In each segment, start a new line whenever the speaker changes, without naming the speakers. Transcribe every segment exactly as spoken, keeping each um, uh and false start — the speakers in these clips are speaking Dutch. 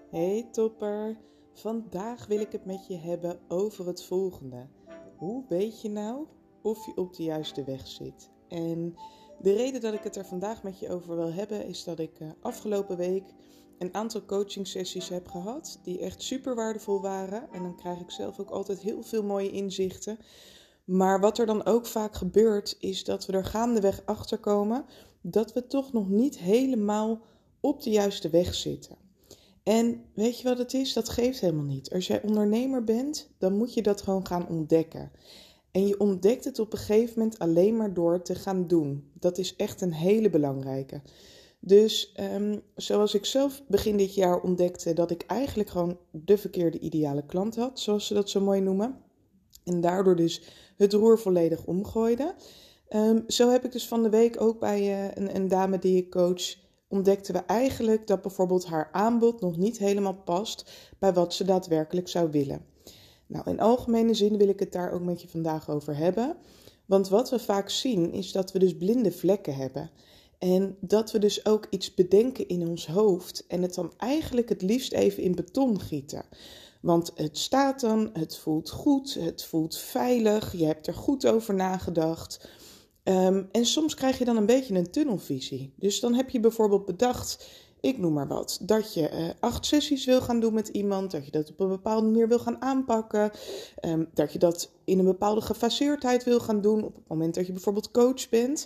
Hey topper, vandaag wil ik het met je hebben over het volgende. Hoe weet je nou of je op de juiste weg zit? En de reden dat ik het er vandaag met je over wil hebben is dat ik uh, afgelopen week een aantal coaching sessies heb gehad die echt super waardevol waren. En dan krijg ik zelf ook altijd heel veel mooie inzichten. Maar wat er dan ook vaak gebeurt is dat we er gaandeweg achter komen dat we toch nog niet helemaal op de juiste weg zitten. En weet je wat het is? Dat geeft helemaal niet. Als jij ondernemer bent, dan moet je dat gewoon gaan ontdekken. En je ontdekt het op een gegeven moment alleen maar door te gaan doen. Dat is echt een hele belangrijke. Dus um, zoals ik zelf begin dit jaar ontdekte dat ik eigenlijk gewoon de verkeerde ideale klant had, zoals ze dat zo mooi noemen. En daardoor dus het roer volledig omgooide. Um, zo heb ik dus van de week ook bij uh, een, een dame die ik coach, ontdekten we eigenlijk dat bijvoorbeeld haar aanbod nog niet helemaal past bij wat ze daadwerkelijk zou willen. Nou, in algemene zin wil ik het daar ook met je vandaag over hebben. Want wat we vaak zien is dat we dus blinde vlekken hebben. En dat we dus ook iets bedenken in ons hoofd en het dan eigenlijk het liefst even in beton gieten. Want het staat dan, het voelt goed, het voelt veilig, je hebt er goed over nagedacht. Um, en soms krijg je dan een beetje een tunnelvisie. Dus dan heb je bijvoorbeeld bedacht, ik noem maar wat, dat je uh, acht sessies wil gaan doen met iemand, dat je dat op een bepaalde manier wil gaan aanpakken, um, dat je dat in een bepaalde gefaseerdheid wil gaan doen op het moment dat je bijvoorbeeld coach bent.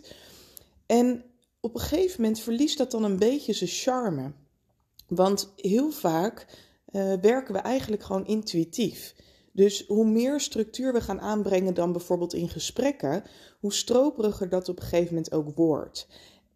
En op een gegeven moment verliest dat dan een beetje zijn charme. Want heel vaak uh, werken we eigenlijk gewoon intuïtief. Dus hoe meer structuur we gaan aanbrengen dan bijvoorbeeld in gesprekken, hoe stroperiger dat op een gegeven moment ook wordt.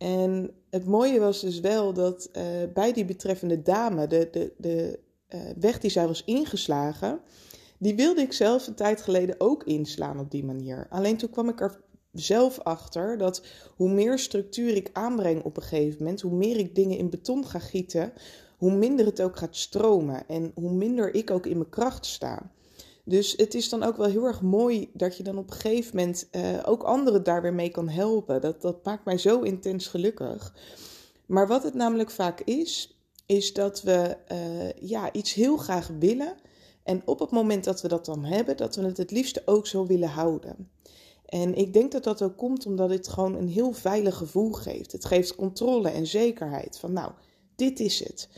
En het mooie was dus wel dat uh, bij die betreffende dame, de, de, de uh, weg die zij was ingeslagen, die wilde ik zelf een tijd geleden ook inslaan op die manier. Alleen toen kwam ik er zelf achter dat hoe meer structuur ik aanbreng op een gegeven moment, hoe meer ik dingen in beton ga gieten, hoe minder het ook gaat stromen en hoe minder ik ook in mijn kracht sta. Dus het is dan ook wel heel erg mooi dat je dan op een gegeven moment uh, ook anderen daar weer mee kan helpen. Dat, dat maakt mij zo intens gelukkig. Maar wat het namelijk vaak is, is dat we uh, ja, iets heel graag willen. En op het moment dat we dat dan hebben, dat we het het liefste ook zo willen houden. En ik denk dat dat ook komt omdat het gewoon een heel veilig gevoel geeft. Het geeft controle en zekerheid van nou, dit is het.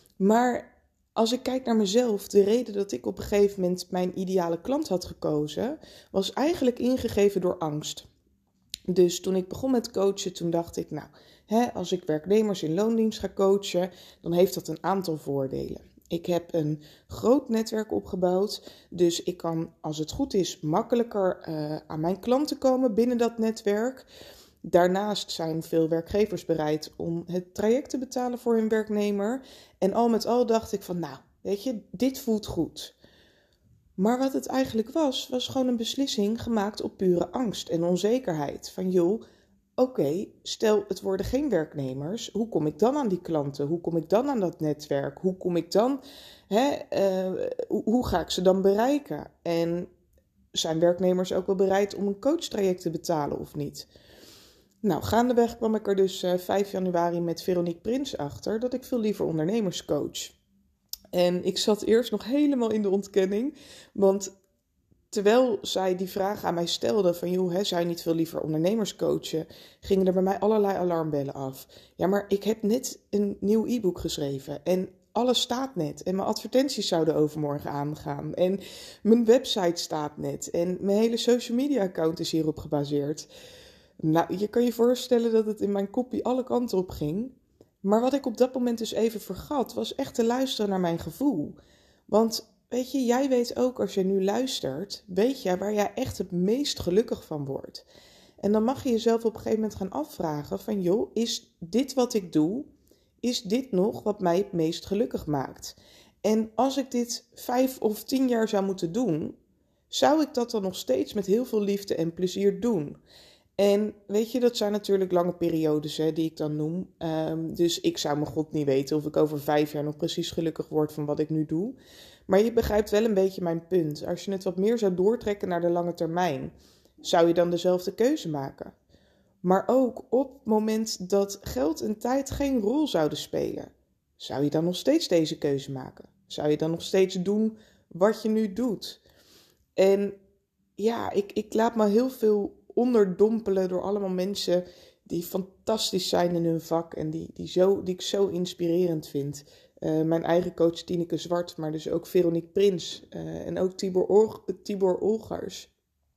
Maar als ik kijk naar mezelf, de reden dat ik op een gegeven moment mijn ideale klant had gekozen, was eigenlijk ingegeven door angst. Dus toen ik begon met coachen, toen dacht ik, nou, hè, als ik werknemers in loondienst ga coachen, dan heeft dat een aantal voordelen. Ik heb een groot netwerk opgebouwd, dus ik kan, als het goed is, makkelijker uh, aan mijn klanten komen binnen dat netwerk. Daarnaast zijn veel werkgevers bereid om het traject te betalen voor hun werknemer. En al met al dacht ik van, nou, weet je, dit voelt goed. Maar wat het eigenlijk was, was gewoon een beslissing gemaakt op pure angst en onzekerheid. Van joh, oké, okay, stel het worden geen werknemers, hoe kom ik dan aan die klanten? Hoe kom ik dan aan dat netwerk? Hoe kom ik dan, hè, uh, hoe, hoe ga ik ze dan bereiken? En zijn werknemers ook wel bereid om een coachtraject te betalen of niet? Nou, gaandeweg kwam ik er dus uh, vijf januari met Veronique Prins achter dat ik veel liever ondernemers coach. En ik zat eerst nog helemaal in de ontkenning, want terwijl zij die vraag aan mij stelde van joh, hè, zou je niet veel liever ondernemers coachen, gingen er bij mij allerlei alarmbellen af. Ja, maar ik heb net een nieuw e-book geschreven en alles staat net en mijn advertenties zouden overmorgen aangaan en mijn website staat net en mijn hele social media account is hierop gebaseerd. Nou, je kan je voorstellen dat het in mijn koppie alle kanten op ging. Maar wat ik op dat moment dus even vergat, was echt te luisteren naar mijn gevoel. Want weet je, jij weet ook als je nu luistert, weet je waar jij echt het meest gelukkig van wordt. En dan mag je jezelf op een gegeven moment gaan afvragen van joh, is dit wat ik doe, is dit nog wat mij het meest gelukkig maakt? En als ik dit vijf of tien jaar zou moeten doen, zou ik dat dan nog steeds met heel veel liefde en plezier doen? En weet je, dat zijn natuurlijk lange periodes hè, die ik dan noem. Um, dus ik zou mijn god niet weten of ik over vijf jaar nog precies gelukkig word van wat ik nu doe. Maar je begrijpt wel een beetje mijn punt. Als je het wat meer zou doortrekken naar de lange termijn, zou je dan dezelfde keuze maken. Maar ook op het moment dat geld en tijd geen rol zouden spelen, Zou je dan nog steeds deze keuze maken? Zou je dan nog steeds doen wat je nu doet? En ja, ik, ik laat me heel veel onderdompelen door allemaal mensen die fantastisch zijn in hun vak en die, die, zo, die ik zo inspirerend vind. Uh, mijn eigen coach Tineke Zwart, maar dus ook Veronique Prins uh, en ook Tibor, Or- Tibor Olgers.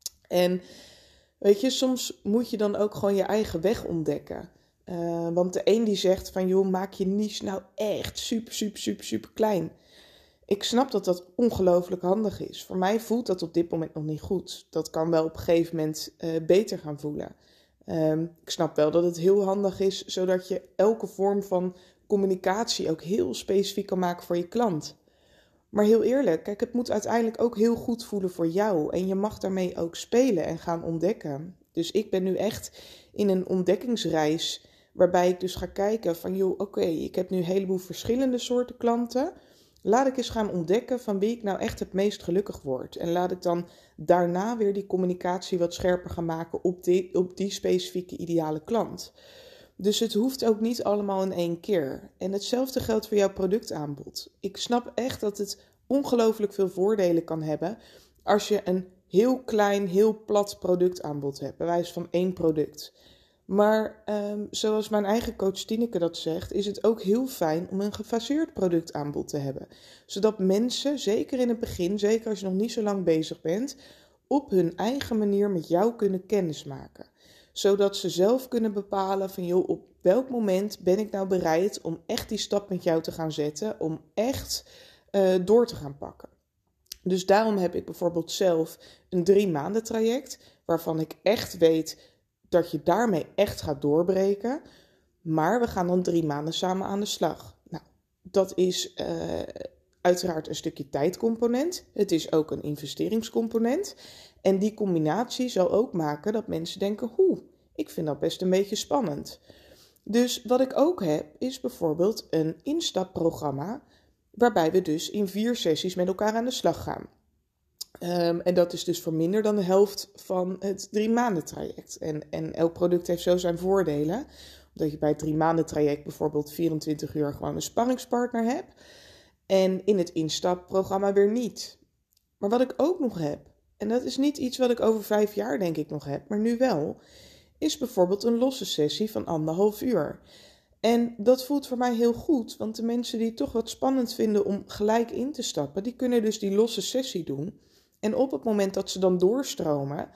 En weet je, soms moet je dan ook gewoon je eigen weg ontdekken. Uh, want de een die zegt van, joh, maak je niche nou echt super, super, super, super klein. Ik snap dat dat ongelooflijk handig is. Voor mij voelt dat op dit moment nog niet goed. Dat kan wel op een gegeven moment uh, beter gaan voelen. Um, ik snap wel dat het heel handig is, zodat je elke vorm van communicatie ook heel specifiek kan maken voor je klant. Maar heel eerlijk, kijk, het moet uiteindelijk ook heel goed voelen voor jou. En je mag daarmee ook spelen en gaan ontdekken. Dus ik ben nu echt in een ontdekkingsreis, waarbij ik dus ga kijken van, joh, oké, okay, ik heb nu een heleboel verschillende soorten klanten. Laat ik eens gaan ontdekken van wie ik nou echt het meest gelukkig word. En laat ik dan daarna weer die communicatie wat scherper gaan maken op die, op die specifieke ideale klant. Dus het hoeft ook niet allemaal in één keer. En hetzelfde geldt voor jouw productaanbod. Ik snap echt dat het ongelooflijk veel voordelen kan hebben als je een heel klein, heel plat productaanbod hebt. Bij wijze van één product. Maar um, zoals mijn eigen coach Tineke dat zegt, is het ook heel fijn om een gefaseerd productaanbod te hebben. Zodat mensen, zeker in het begin, zeker als je nog niet zo lang bezig bent, op hun eigen manier met jou kunnen kennismaken. Zodat ze zelf kunnen bepalen van, joh, op welk moment ben ik nou bereid om echt die stap met jou te gaan zetten, om echt uh, door te gaan pakken. Dus daarom heb ik bijvoorbeeld zelf een drie maanden traject, waarvan ik echt weet dat je daarmee echt gaat doorbreken. Maar we gaan dan drie maanden samen aan de slag. Nou, dat is uh, uiteraard een stukje tijdcomponent. Het is ook een investeringscomponent. En die combinatie zal ook maken dat mensen denken, hoe, ik vind dat best een beetje spannend. Dus wat ik ook heb, is bijvoorbeeld een instapprogramma, waarbij we dus in vier sessies met elkaar aan de slag gaan. Um, en dat is dus voor minder dan de helft van het drie maanden traject. En, en elk product heeft zo zijn voordelen. Omdat je bij het drie maanden traject bijvoorbeeld vierentwintig uur gewoon een sparringspartner hebt. En in het instapprogramma weer niet. Maar wat ik ook nog heb, en dat is niet iets wat ik over vijf jaar denk ik nog heb, maar nu wel, is bijvoorbeeld een losse sessie van anderhalf uur. En dat voelt voor mij heel goed, want de mensen die het toch wat spannend vinden om gelijk in te stappen, die kunnen dus die losse sessie doen. En op het moment dat ze dan doorstromen,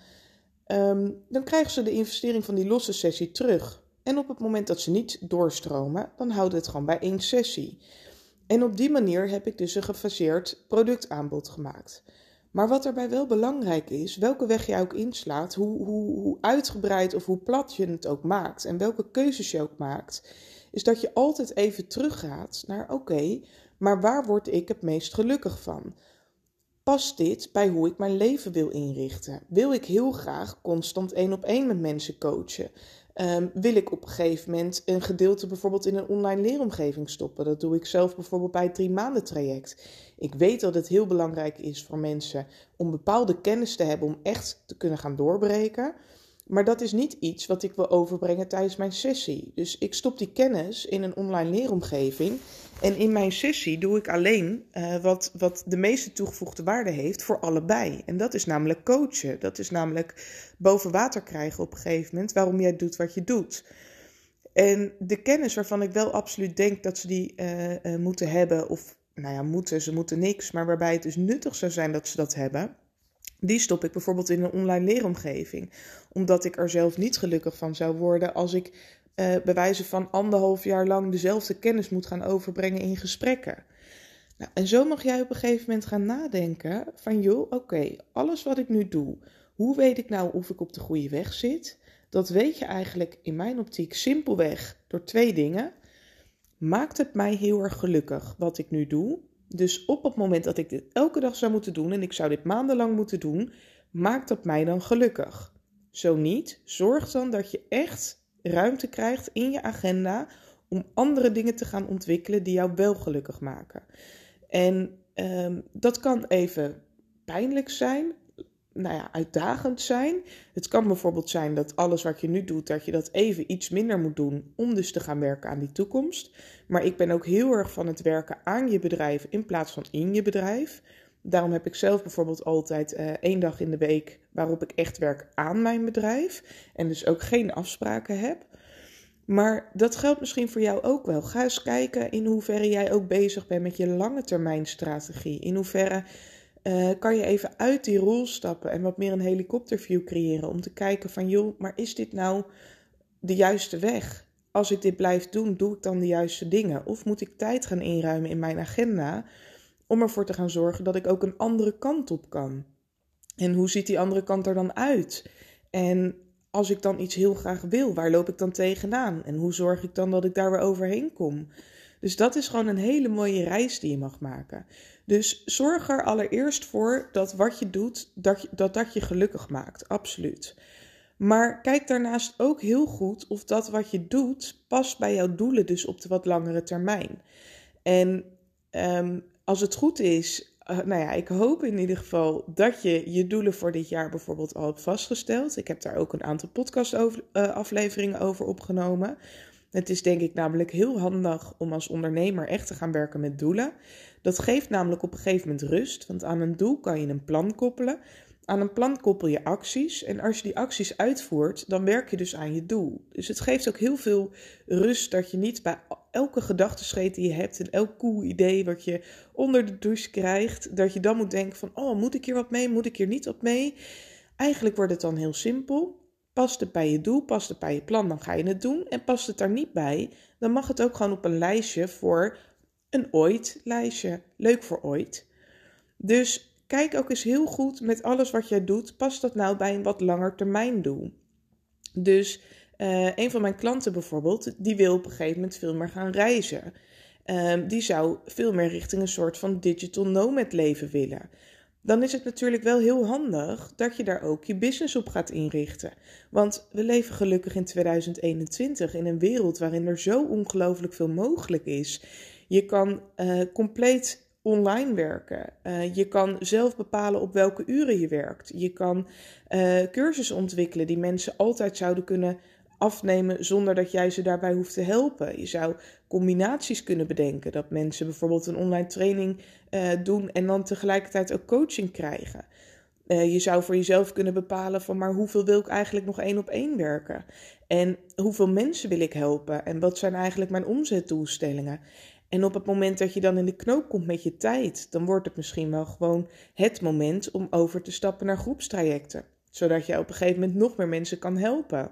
um, dan krijgen ze de investering van die losse sessie terug. En op het moment dat ze niet doorstromen, dan houdt het gewoon bij één sessie. En op die manier heb ik dus een gefaseerd productaanbod gemaakt. Maar wat daarbij wel belangrijk is, welke weg je ook inslaat, hoe, hoe, hoe uitgebreid of hoe plat je het ook maakt en welke keuzes je ook maakt, is dat je altijd even teruggaat naar oké, okay, maar waar word ik het meest gelukkig van? Past dit bij hoe ik mijn leven wil inrichten? Wil ik heel graag constant één op één met mensen coachen? Um, wil ik op een gegeven moment een gedeelte bijvoorbeeld in een online leeromgeving stoppen? Dat doe ik zelf bijvoorbeeld bij het drie maanden traject. Ik weet dat het heel belangrijk is voor mensen om bepaalde kennis te hebben om echt te kunnen gaan doorbreken. Maar dat is niet iets wat ik wil overbrengen tijdens mijn sessie. Dus ik stop die kennis in een online leeromgeving. En in mijn sessie doe ik alleen uh, wat, wat de meeste toegevoegde waarde heeft voor allebei. En dat is namelijk coachen. Dat is namelijk boven water krijgen op een gegeven moment waarom jij doet wat je doet. En de kennis waarvan ik wel absoluut denk dat ze die uh, uh, moeten hebben, of nou ja, moeten, ze moeten niks, maar waarbij het dus nuttig zou zijn dat ze dat hebben, die stop ik bijvoorbeeld in een online leeromgeving. Omdat ik er zelf niet gelukkig van zou worden als ik uh, bij wijze van anderhalf jaar lang dezelfde kennis moet gaan overbrengen in gesprekken. Nou, en zo mag jij op een gegeven moment gaan nadenken van joh, oké, okay, alles wat ik nu doe, hoe weet ik nou of ik op de goede weg zit? Dat weet je eigenlijk in mijn optiek simpelweg door twee dingen. Maakt het mij heel erg gelukkig wat ik nu doe? Dus op het moment dat ik dit elke dag zou moeten doen en ik zou dit maandenlang moeten doen, maakt dat mij dan gelukkig? Zo niet, zorg dan dat je echt ruimte krijgt in je agenda om andere dingen te gaan ontwikkelen die jou wel gelukkig maken. En um, dat kan even pijnlijk zijn, nou ja, uitdagend zijn. Het kan bijvoorbeeld zijn dat alles wat je nu doet, dat je dat even iets minder moet doen om dus te gaan werken aan die toekomst. Maar ik ben ook heel erg van het werken aan je bedrijf in plaats van in je bedrijf. Daarom heb ik zelf bijvoorbeeld altijd uh, één dag in de week waarop ik echt werk aan mijn bedrijf. En dus ook geen afspraken heb. Maar dat geldt misschien voor jou ook wel. Ga eens kijken in hoeverre jij ook bezig bent met je lange termijn strategie. In hoeverre uh, kan je even uit die rol stappen en wat meer een helikopterview creëren. Om te kijken van joh, maar is dit nou de juiste weg? Als ik dit blijf doen, doe ik dan de juiste dingen? Of moet ik tijd gaan inruimen in mijn agenda om ervoor te gaan zorgen dat ik ook een andere kant op kan? En hoe ziet die andere kant er dan uit? En als ik dan iets heel graag wil, waar loop ik dan tegenaan? En hoe zorg ik dan dat ik daar weer overheen kom? Dus dat is gewoon een hele mooie reis die je mag maken. Dus zorg er allereerst voor dat wat je doet, dat je, dat, dat je gelukkig maakt. Absoluut. Maar kijk daarnaast ook heel goed of dat wat je doet past bij jouw doelen, dus op de wat langere termijn. En um, als het goed is, uh, nou ja, ik hoop in ieder geval dat je je doelen voor dit jaar bijvoorbeeld al hebt vastgesteld. Ik heb daar ook een aantal podcastafleveringen over opgenomen. Het is denk ik namelijk heel handig om als ondernemer echt te gaan werken met doelen. Dat geeft namelijk op een gegeven moment rust, want aan een doel kan je een plan koppelen. Aan een plan koppel je acties en als je die acties uitvoert, dan werk je dus aan je doel. Dus het geeft ook heel veel rust dat je niet bij elke gedachtescheet die je hebt en elk cool idee wat je onder de douche krijgt, dat je dan moet denken van, oh, moet ik hier wat mee, moet ik hier niet wat mee? Eigenlijk wordt het dan heel simpel. Past het bij je doel, past het bij je plan, dan ga je het doen. En past het daar niet bij, dan mag het ook gewoon op een lijstje voor een ooit lijstje. Leuk voor ooit. Dus kijk ook eens heel goed met alles wat jij doet, past dat nou bij een wat langer termijn doel? Dus uh, een van mijn klanten bijvoorbeeld, die wil op een gegeven moment veel meer gaan reizen. Uh, die zou veel meer richting een soort van digital nomad leven willen. Dan is het natuurlijk wel heel handig dat je daar ook je business op gaat inrichten. Want we leven gelukkig in tweeduizend eenentwintig in een wereld waarin er zo ongelooflijk veel mogelijk is. Je kan uh, compleet online werken. Uh, je kan zelf bepalen op welke uren je werkt. Je kan uh, cursussen ontwikkelen die mensen altijd zouden kunnen afnemen zonder dat jij ze daarbij hoeft te helpen. Je zou combinaties kunnen bedenken. Dat mensen bijvoorbeeld een online training uh, doen en dan tegelijkertijd ook coaching krijgen. Uh, je zou voor jezelf kunnen bepalen van maar hoeveel wil ik eigenlijk nog één op één werken? En hoeveel mensen wil ik helpen? En wat zijn eigenlijk mijn omzetdoelstellingen? En op het moment dat je dan in de knoop komt met je tijd, dan wordt het misschien wel gewoon het moment om over te stappen naar groepstrajecten. Zodat je op een gegeven moment nog meer mensen kan helpen.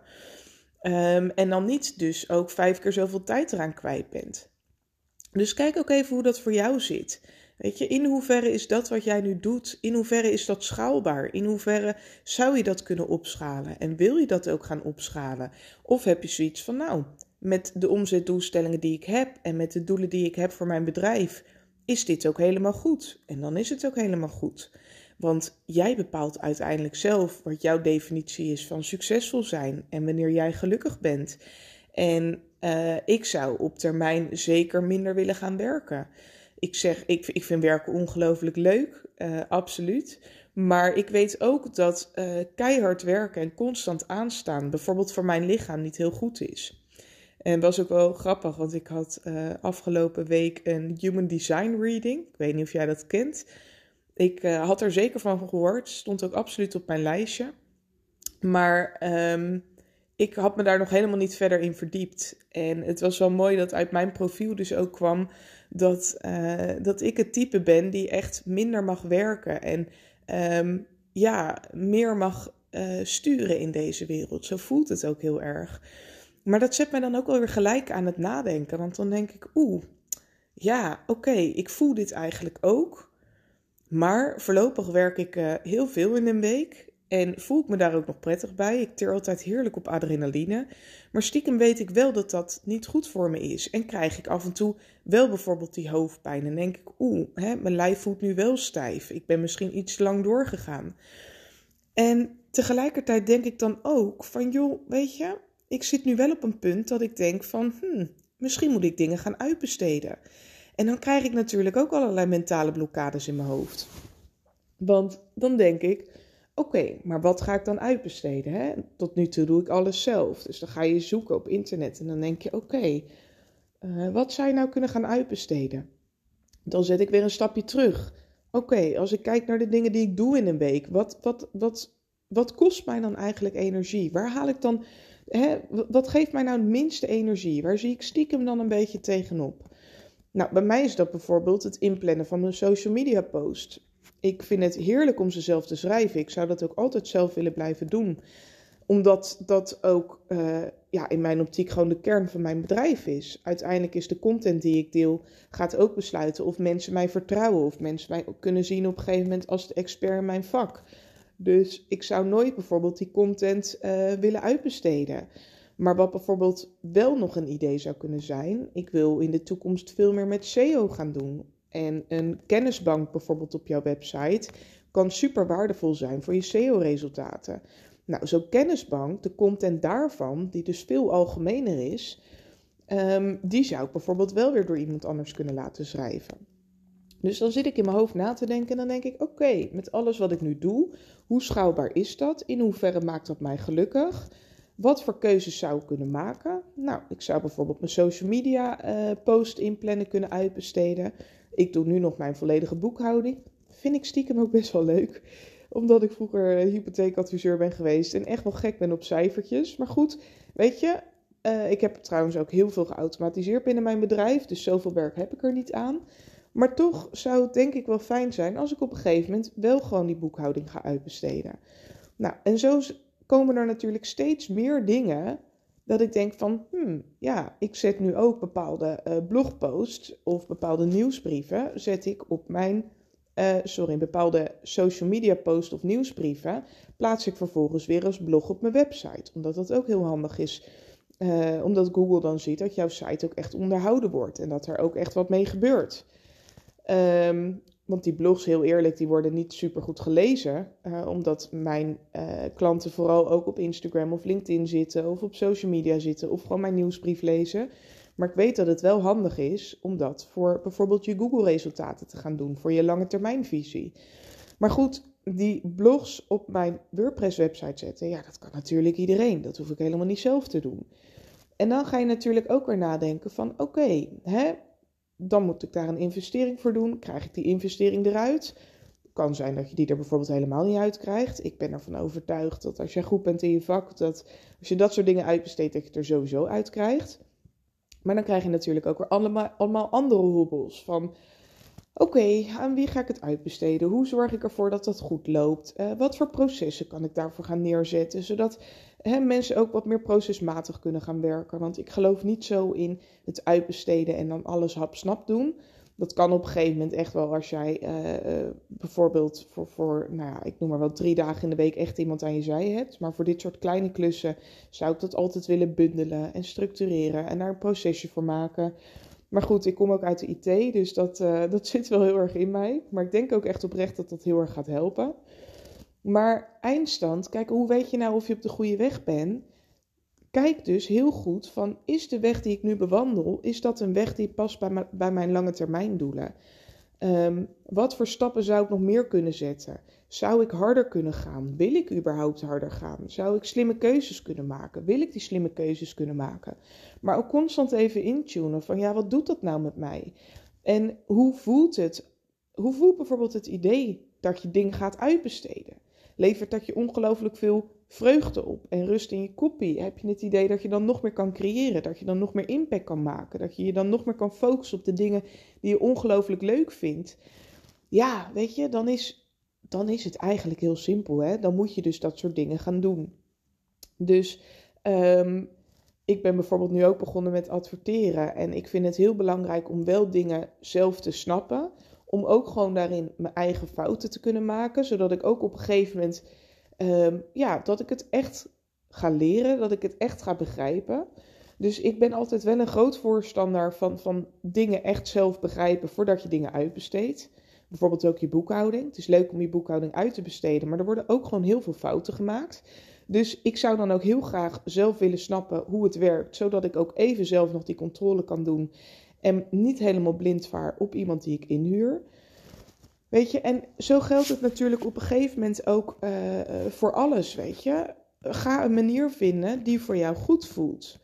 Um, en dan niet dus ook vijf keer zoveel tijd eraan kwijt bent. Dus kijk ook even hoe dat voor jou zit. Weet je, in hoeverre is dat wat jij nu doet, in hoeverre is dat schaalbaar? In hoeverre zou je dat kunnen opschalen? En wil je dat ook gaan opschalen? Of heb je zoiets van, nou, met de omzetdoelstellingen die ik heb en met de doelen die ik heb voor mijn bedrijf, is dit ook helemaal goed? En dan is het ook helemaal goed. Want jij bepaalt uiteindelijk zelf wat jouw definitie is van succesvol zijn en wanneer jij gelukkig bent. En uh, ik zou op termijn zeker minder willen gaan werken. Ik zeg, ik, ik vind werken ongelooflijk leuk, uh, absoluut. Maar ik weet ook dat uh, keihard werken en constant aanstaan, bijvoorbeeld voor mijn lichaam, niet heel goed is. En dat was ook wel grappig, want ik had uh, afgelopen week een Human Design Reading. Ik weet niet of jij dat kent. Ik uh, had er zeker van gehoord, stond ook absoluut op mijn lijstje. Maar um, ik had me daar nog helemaal niet verder in verdiept. En het was wel mooi dat uit mijn profiel dus ook kwam dat, uh, dat ik het type ben die echt minder mag werken. En um, ja, meer mag uh, sturen in deze wereld. Zo voelt het ook heel erg. Maar dat zet mij dan ook wel weer gelijk aan het nadenken. Want dan denk ik, oeh, ja, oké, okay, ik voel dit eigenlijk ook. Maar voorlopig werk ik uh, heel veel in een week. En voel ik me daar ook nog prettig bij. Ik teer altijd heerlijk op adrenaline. Maar stiekem weet ik wel dat dat niet goed voor me is. En krijg ik af en toe wel bijvoorbeeld die hoofdpijn. En denk ik, oeh, hè, mijn lijf voelt nu wel stijf. Ik ben misschien iets te lang doorgegaan. En tegelijkertijd denk ik dan ook van, joh, weet je, ik zit nu wel op een punt dat ik denk van, hmm, misschien moet ik dingen gaan uitbesteden. En dan krijg ik natuurlijk ook allerlei mentale blokkades in mijn hoofd. Want dan denk ik, Oké, okay, maar wat ga ik dan uitbesteden? Hè? Tot nu toe doe ik alles zelf. Dus dan ga je zoeken op internet en dan denk je, oké, okay, uh, wat zou je nou kunnen gaan uitbesteden? Dan zet ik weer een stapje terug. Oké, okay, als ik kijk naar de dingen die ik doe in een week, wat, wat, wat, wat kost mij dan eigenlijk energie? Waar haal ik dan, hè, wat geeft mij nou het minste energie? Waar zie ik stiekem dan een beetje tegenop? Nou, bij mij is dat bijvoorbeeld het inplannen van een social media post. Ik vind het heerlijk om ze zelf te schrijven. Ik zou dat ook altijd zelf willen blijven doen. Omdat dat ook uh, ja, in mijn optiek gewoon de kern van mijn bedrijf is. Uiteindelijk is de content die ik deel, gaat ook besluiten of mensen mij vertrouwen. Of mensen mij ook kunnen zien op een gegeven moment als de expert in mijn vak. Dus ik zou nooit bijvoorbeeld die content uh, willen uitbesteden. Maar wat bijvoorbeeld wel nog een idee zou kunnen zijn. Ik wil in de toekomst veel meer met S E O gaan doen. En een kennisbank bijvoorbeeld op jouw website kan super waardevol zijn voor je S E O-resultaten. Nou, zo'n kennisbank, de content daarvan, die dus veel algemener is, um, die zou ik bijvoorbeeld wel weer door iemand anders kunnen laten schrijven. Dus dan zit ik in mijn hoofd na te denken en dan denk ik, oké, okay, met alles wat ik nu doe, hoe schaalbaar is dat? In hoeverre maakt dat mij gelukkig? Wat voor keuzes zou ik kunnen maken? Nou, ik zou bijvoorbeeld mijn social media uh, post inplannen kunnen uitbesteden. Ik doe nu nog mijn volledige boekhouding. Vind ik stiekem ook best wel leuk. Omdat ik vroeger hypotheekadviseur ben geweest en echt wel gek ben op cijfertjes. Maar goed, weet je, uh, ik heb trouwens ook heel veel geautomatiseerd binnen mijn bedrijf. Dus zoveel werk heb ik er niet aan. Maar toch zou het denk ik wel fijn zijn als ik op een gegeven moment wel gewoon die boekhouding ga uitbesteden. Nou, en zo komen er natuurlijk steeds meer dingen dat ik denk van, hmm, ja, ik zet nu ook bepaalde uh, blogposts of bepaalde nieuwsbrieven, zet ik op mijn, uh, sorry, bepaalde social media posts of nieuwsbrieven, plaats ik vervolgens weer als blog op mijn website. Omdat dat ook heel handig is, uh, omdat Google dan ziet dat jouw site ook echt onderhouden wordt en dat er ook echt wat mee gebeurt. Um, Want die blogs, heel eerlijk, die worden niet super goed gelezen. Uh, omdat mijn uh, klanten vooral ook op Instagram of LinkedIn zitten. Of op social media zitten. Of gewoon mijn nieuwsbrief lezen. Maar ik weet dat het wel handig is om dat voor bijvoorbeeld je Google resultaten te gaan doen. Voor je lange termijnvisie. Maar goed, die blogs op mijn WordPress website zetten. Ja, dat kan natuurlijk iedereen. Dat hoef ik helemaal niet zelf te doen. En dan ga je natuurlijk ook weer nadenken van oké, okay, hè. Dan moet ik daar een investering voor doen. Krijg ik die investering eruit? Het kan zijn dat je die er bijvoorbeeld helemaal niet uit krijgt. Ik ben ervan overtuigd dat als je goed bent in je vak, dat als je dat soort dingen uitbesteedt, dat je het er sowieso uit krijgt. Maar dan krijg je natuurlijk ook weer allemaal, allemaal andere hobbels. Van oké, okay, aan wie ga ik het uitbesteden? Hoe zorg ik ervoor dat dat goed loopt? Uh, wat voor processen kan ik daarvoor gaan neerzetten? Zodat hè, mensen ook wat meer procesmatig kunnen gaan werken. Want ik geloof niet zo in het uitbesteden en dan alles hap-snap doen. Dat kan op een gegeven moment echt wel als jij uh, uh, bijvoorbeeld voor, voor, nou ja, ik noem maar wel drie dagen in de week echt iemand aan je zij hebt. Maar voor dit soort kleine klussen zou ik dat altijd willen bundelen en structureren en daar een procesje voor maken. Maar goed, ik kom ook uit de I T, dus dat, uh, dat zit wel heel erg in mij. Maar ik denk ook echt oprecht dat dat heel erg gaat helpen. Maar eindstand, kijk, hoe weet je nou of je op de goede weg bent? Kijk dus heel goed van, is de weg die ik nu bewandel, is dat een weg die past bij, m- bij mijn lange termijn doelen? Um, wat voor stappen zou ik nog meer kunnen zetten? Zou ik harder kunnen gaan? Wil ik überhaupt harder gaan? Zou ik slimme keuzes kunnen maken? Wil ik die slimme keuzes kunnen maken? Maar ook constant even intunen van, ja, wat doet dat nou met mij? En hoe voelt het? Hoe voelt bijvoorbeeld het idee dat je dingen gaat uitbesteden? Levert dat je ongelooflijk veel vreugde op en rust in je koppie? Heb je het idee dat je dan nog meer kan creëren? Dat je dan nog meer impact kan maken? Dat je je dan nog meer kan focussen op de dingen die je ongelooflijk leuk vindt? Ja, weet je, dan is, dan is het eigenlijk heel simpel, hè? Dan moet je dus dat soort dingen gaan doen. Dus um, ik ben bijvoorbeeld nu ook begonnen met adverteren. En ik vind het heel belangrijk om wel dingen zelf te snappen. Om ook gewoon daarin mijn eigen fouten te kunnen maken. Zodat ik ook op een gegeven moment, um, ja, dat ik het echt ga leren. Dat ik het echt ga begrijpen. Dus ik ben altijd wel een groot voorstander van, van dingen echt zelf begrijpen voordat je dingen uitbesteedt. Bijvoorbeeld ook je boekhouding. Het is leuk om je boekhouding uit te besteden, maar er worden ook gewoon heel veel fouten gemaakt. Dus ik zou dan ook heel graag zelf willen snappen hoe het werkt, zodat ik ook even zelf nog die controle kan doen en niet helemaal blind vaar op iemand die ik inhuur. Weet je, en zo geldt het natuurlijk op een gegeven moment ook uh, uh, voor alles, weet je. Ga een manier vinden die voor jou goed voelt.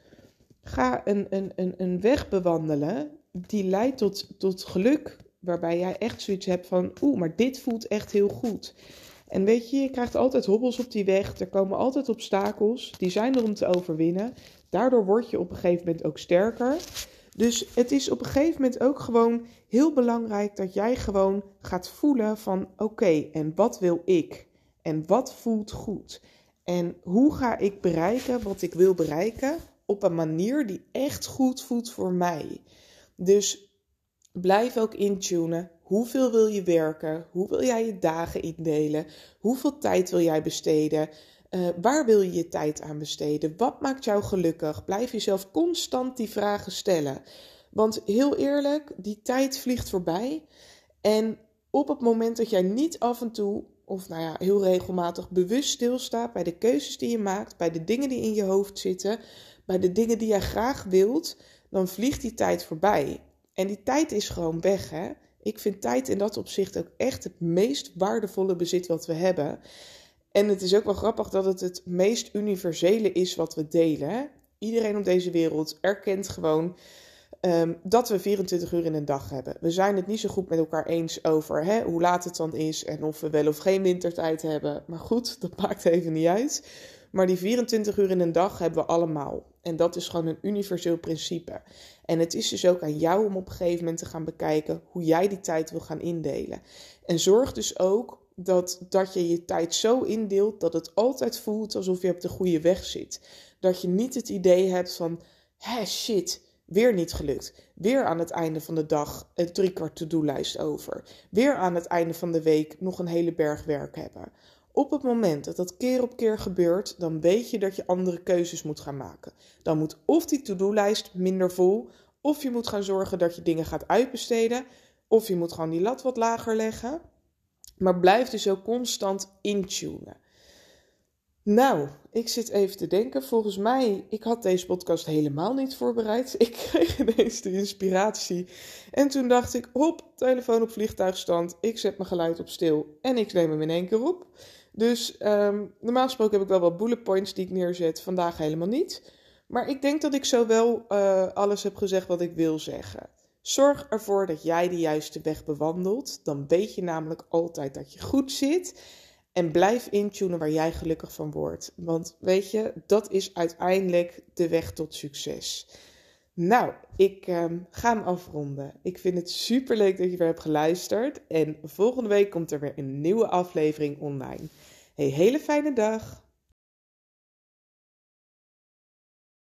Ga een, een, een, een weg bewandelen die leidt tot, tot geluk. Waarbij jij echt zoiets hebt van, oeh, maar dit voelt echt heel goed. En weet je, je krijgt altijd hobbels op die weg. Er komen altijd obstakels. Die zijn er om te overwinnen. Daardoor word je op een gegeven moment ook sterker. Dus het is op een gegeven moment ook gewoon heel belangrijk dat jij gewoon gaat voelen van oké, okay, en wat wil ik? En wat voelt goed? En hoe ga ik bereiken wat ik wil bereiken op een manier die echt goed voelt voor mij? Dus blijf ook intunen. Hoeveel wil je werken? Hoe wil jij je dagen indelen? Hoeveel tijd wil jij besteden? Uh, waar wil je je tijd aan besteden? Wat maakt jou gelukkig? Blijf jezelf constant die vragen stellen. Want heel eerlijk, die tijd vliegt voorbij. En op het moment dat jij niet af en toe, of nou ja, heel regelmatig bewust stilstaat bij de keuzes die je maakt, bij de dingen die in je hoofd zitten, bij de dingen die jij graag wilt, dan vliegt die tijd voorbij. En die tijd is gewoon weg, hè? Ik vind tijd in dat opzicht ook echt het meest waardevolle bezit wat we hebben. En het is ook wel grappig dat het het meest universele is wat we delen. Hè? Iedereen op deze wereld erkent gewoon um, dat we vierentwintig uur in een dag hebben. We zijn het niet zo goed met elkaar eens over hè, hoe laat het dan is en of we wel of geen wintertijd hebben. Maar goed, dat maakt even niet uit. Maar die vierentwintig uur in een dag hebben we allemaal. En dat is gewoon een universeel principe. En het is dus ook aan jou om op een gegeven moment te gaan bekijken hoe jij die tijd wil gaan indelen. En zorg dus ook dat, dat je je tijd zo indeelt dat het altijd voelt alsof je op de goede weg zit. Dat je niet het idee hebt van, hé shit, weer niet gelukt. Weer aan het einde van de dag een driekwart to-do-lijst over. Weer aan het einde van de week nog een hele berg werk hebben. Op het moment dat dat keer op keer gebeurt, dan weet je dat je andere keuzes moet gaan maken. Dan moet of die to-do-lijst minder vol, of je moet gaan zorgen dat je dingen gaat uitbesteden, of je moet gewoon die lat wat lager leggen. Maar blijf dus ook constant intunen. Nou, ik zit even te denken. Volgens mij, ik had deze podcast helemaal niet voorbereid. Ik kreeg ineens de inspiratie. En toen dacht ik, hop, telefoon op vliegtuigstand. Ik zet mijn geluid op stil en ik neem hem in één keer op. Dus um, normaal gesproken heb ik wel wat bullet points die ik neerzet. Vandaag helemaal niet. Maar ik denk dat ik zo wel uh, alles heb gezegd wat ik wil zeggen. Zorg ervoor dat jij de juiste weg bewandelt. Dan weet je namelijk altijd dat je goed zit. En blijf intunen waar jij gelukkig van wordt. Want weet je, dat is uiteindelijk de weg tot succes. Nou, ik um, ga hem afronden. Ik vind het superleuk dat je weer hebt geluisterd. En volgende week komt er weer een nieuwe aflevering online. Hey, hele fijne dag.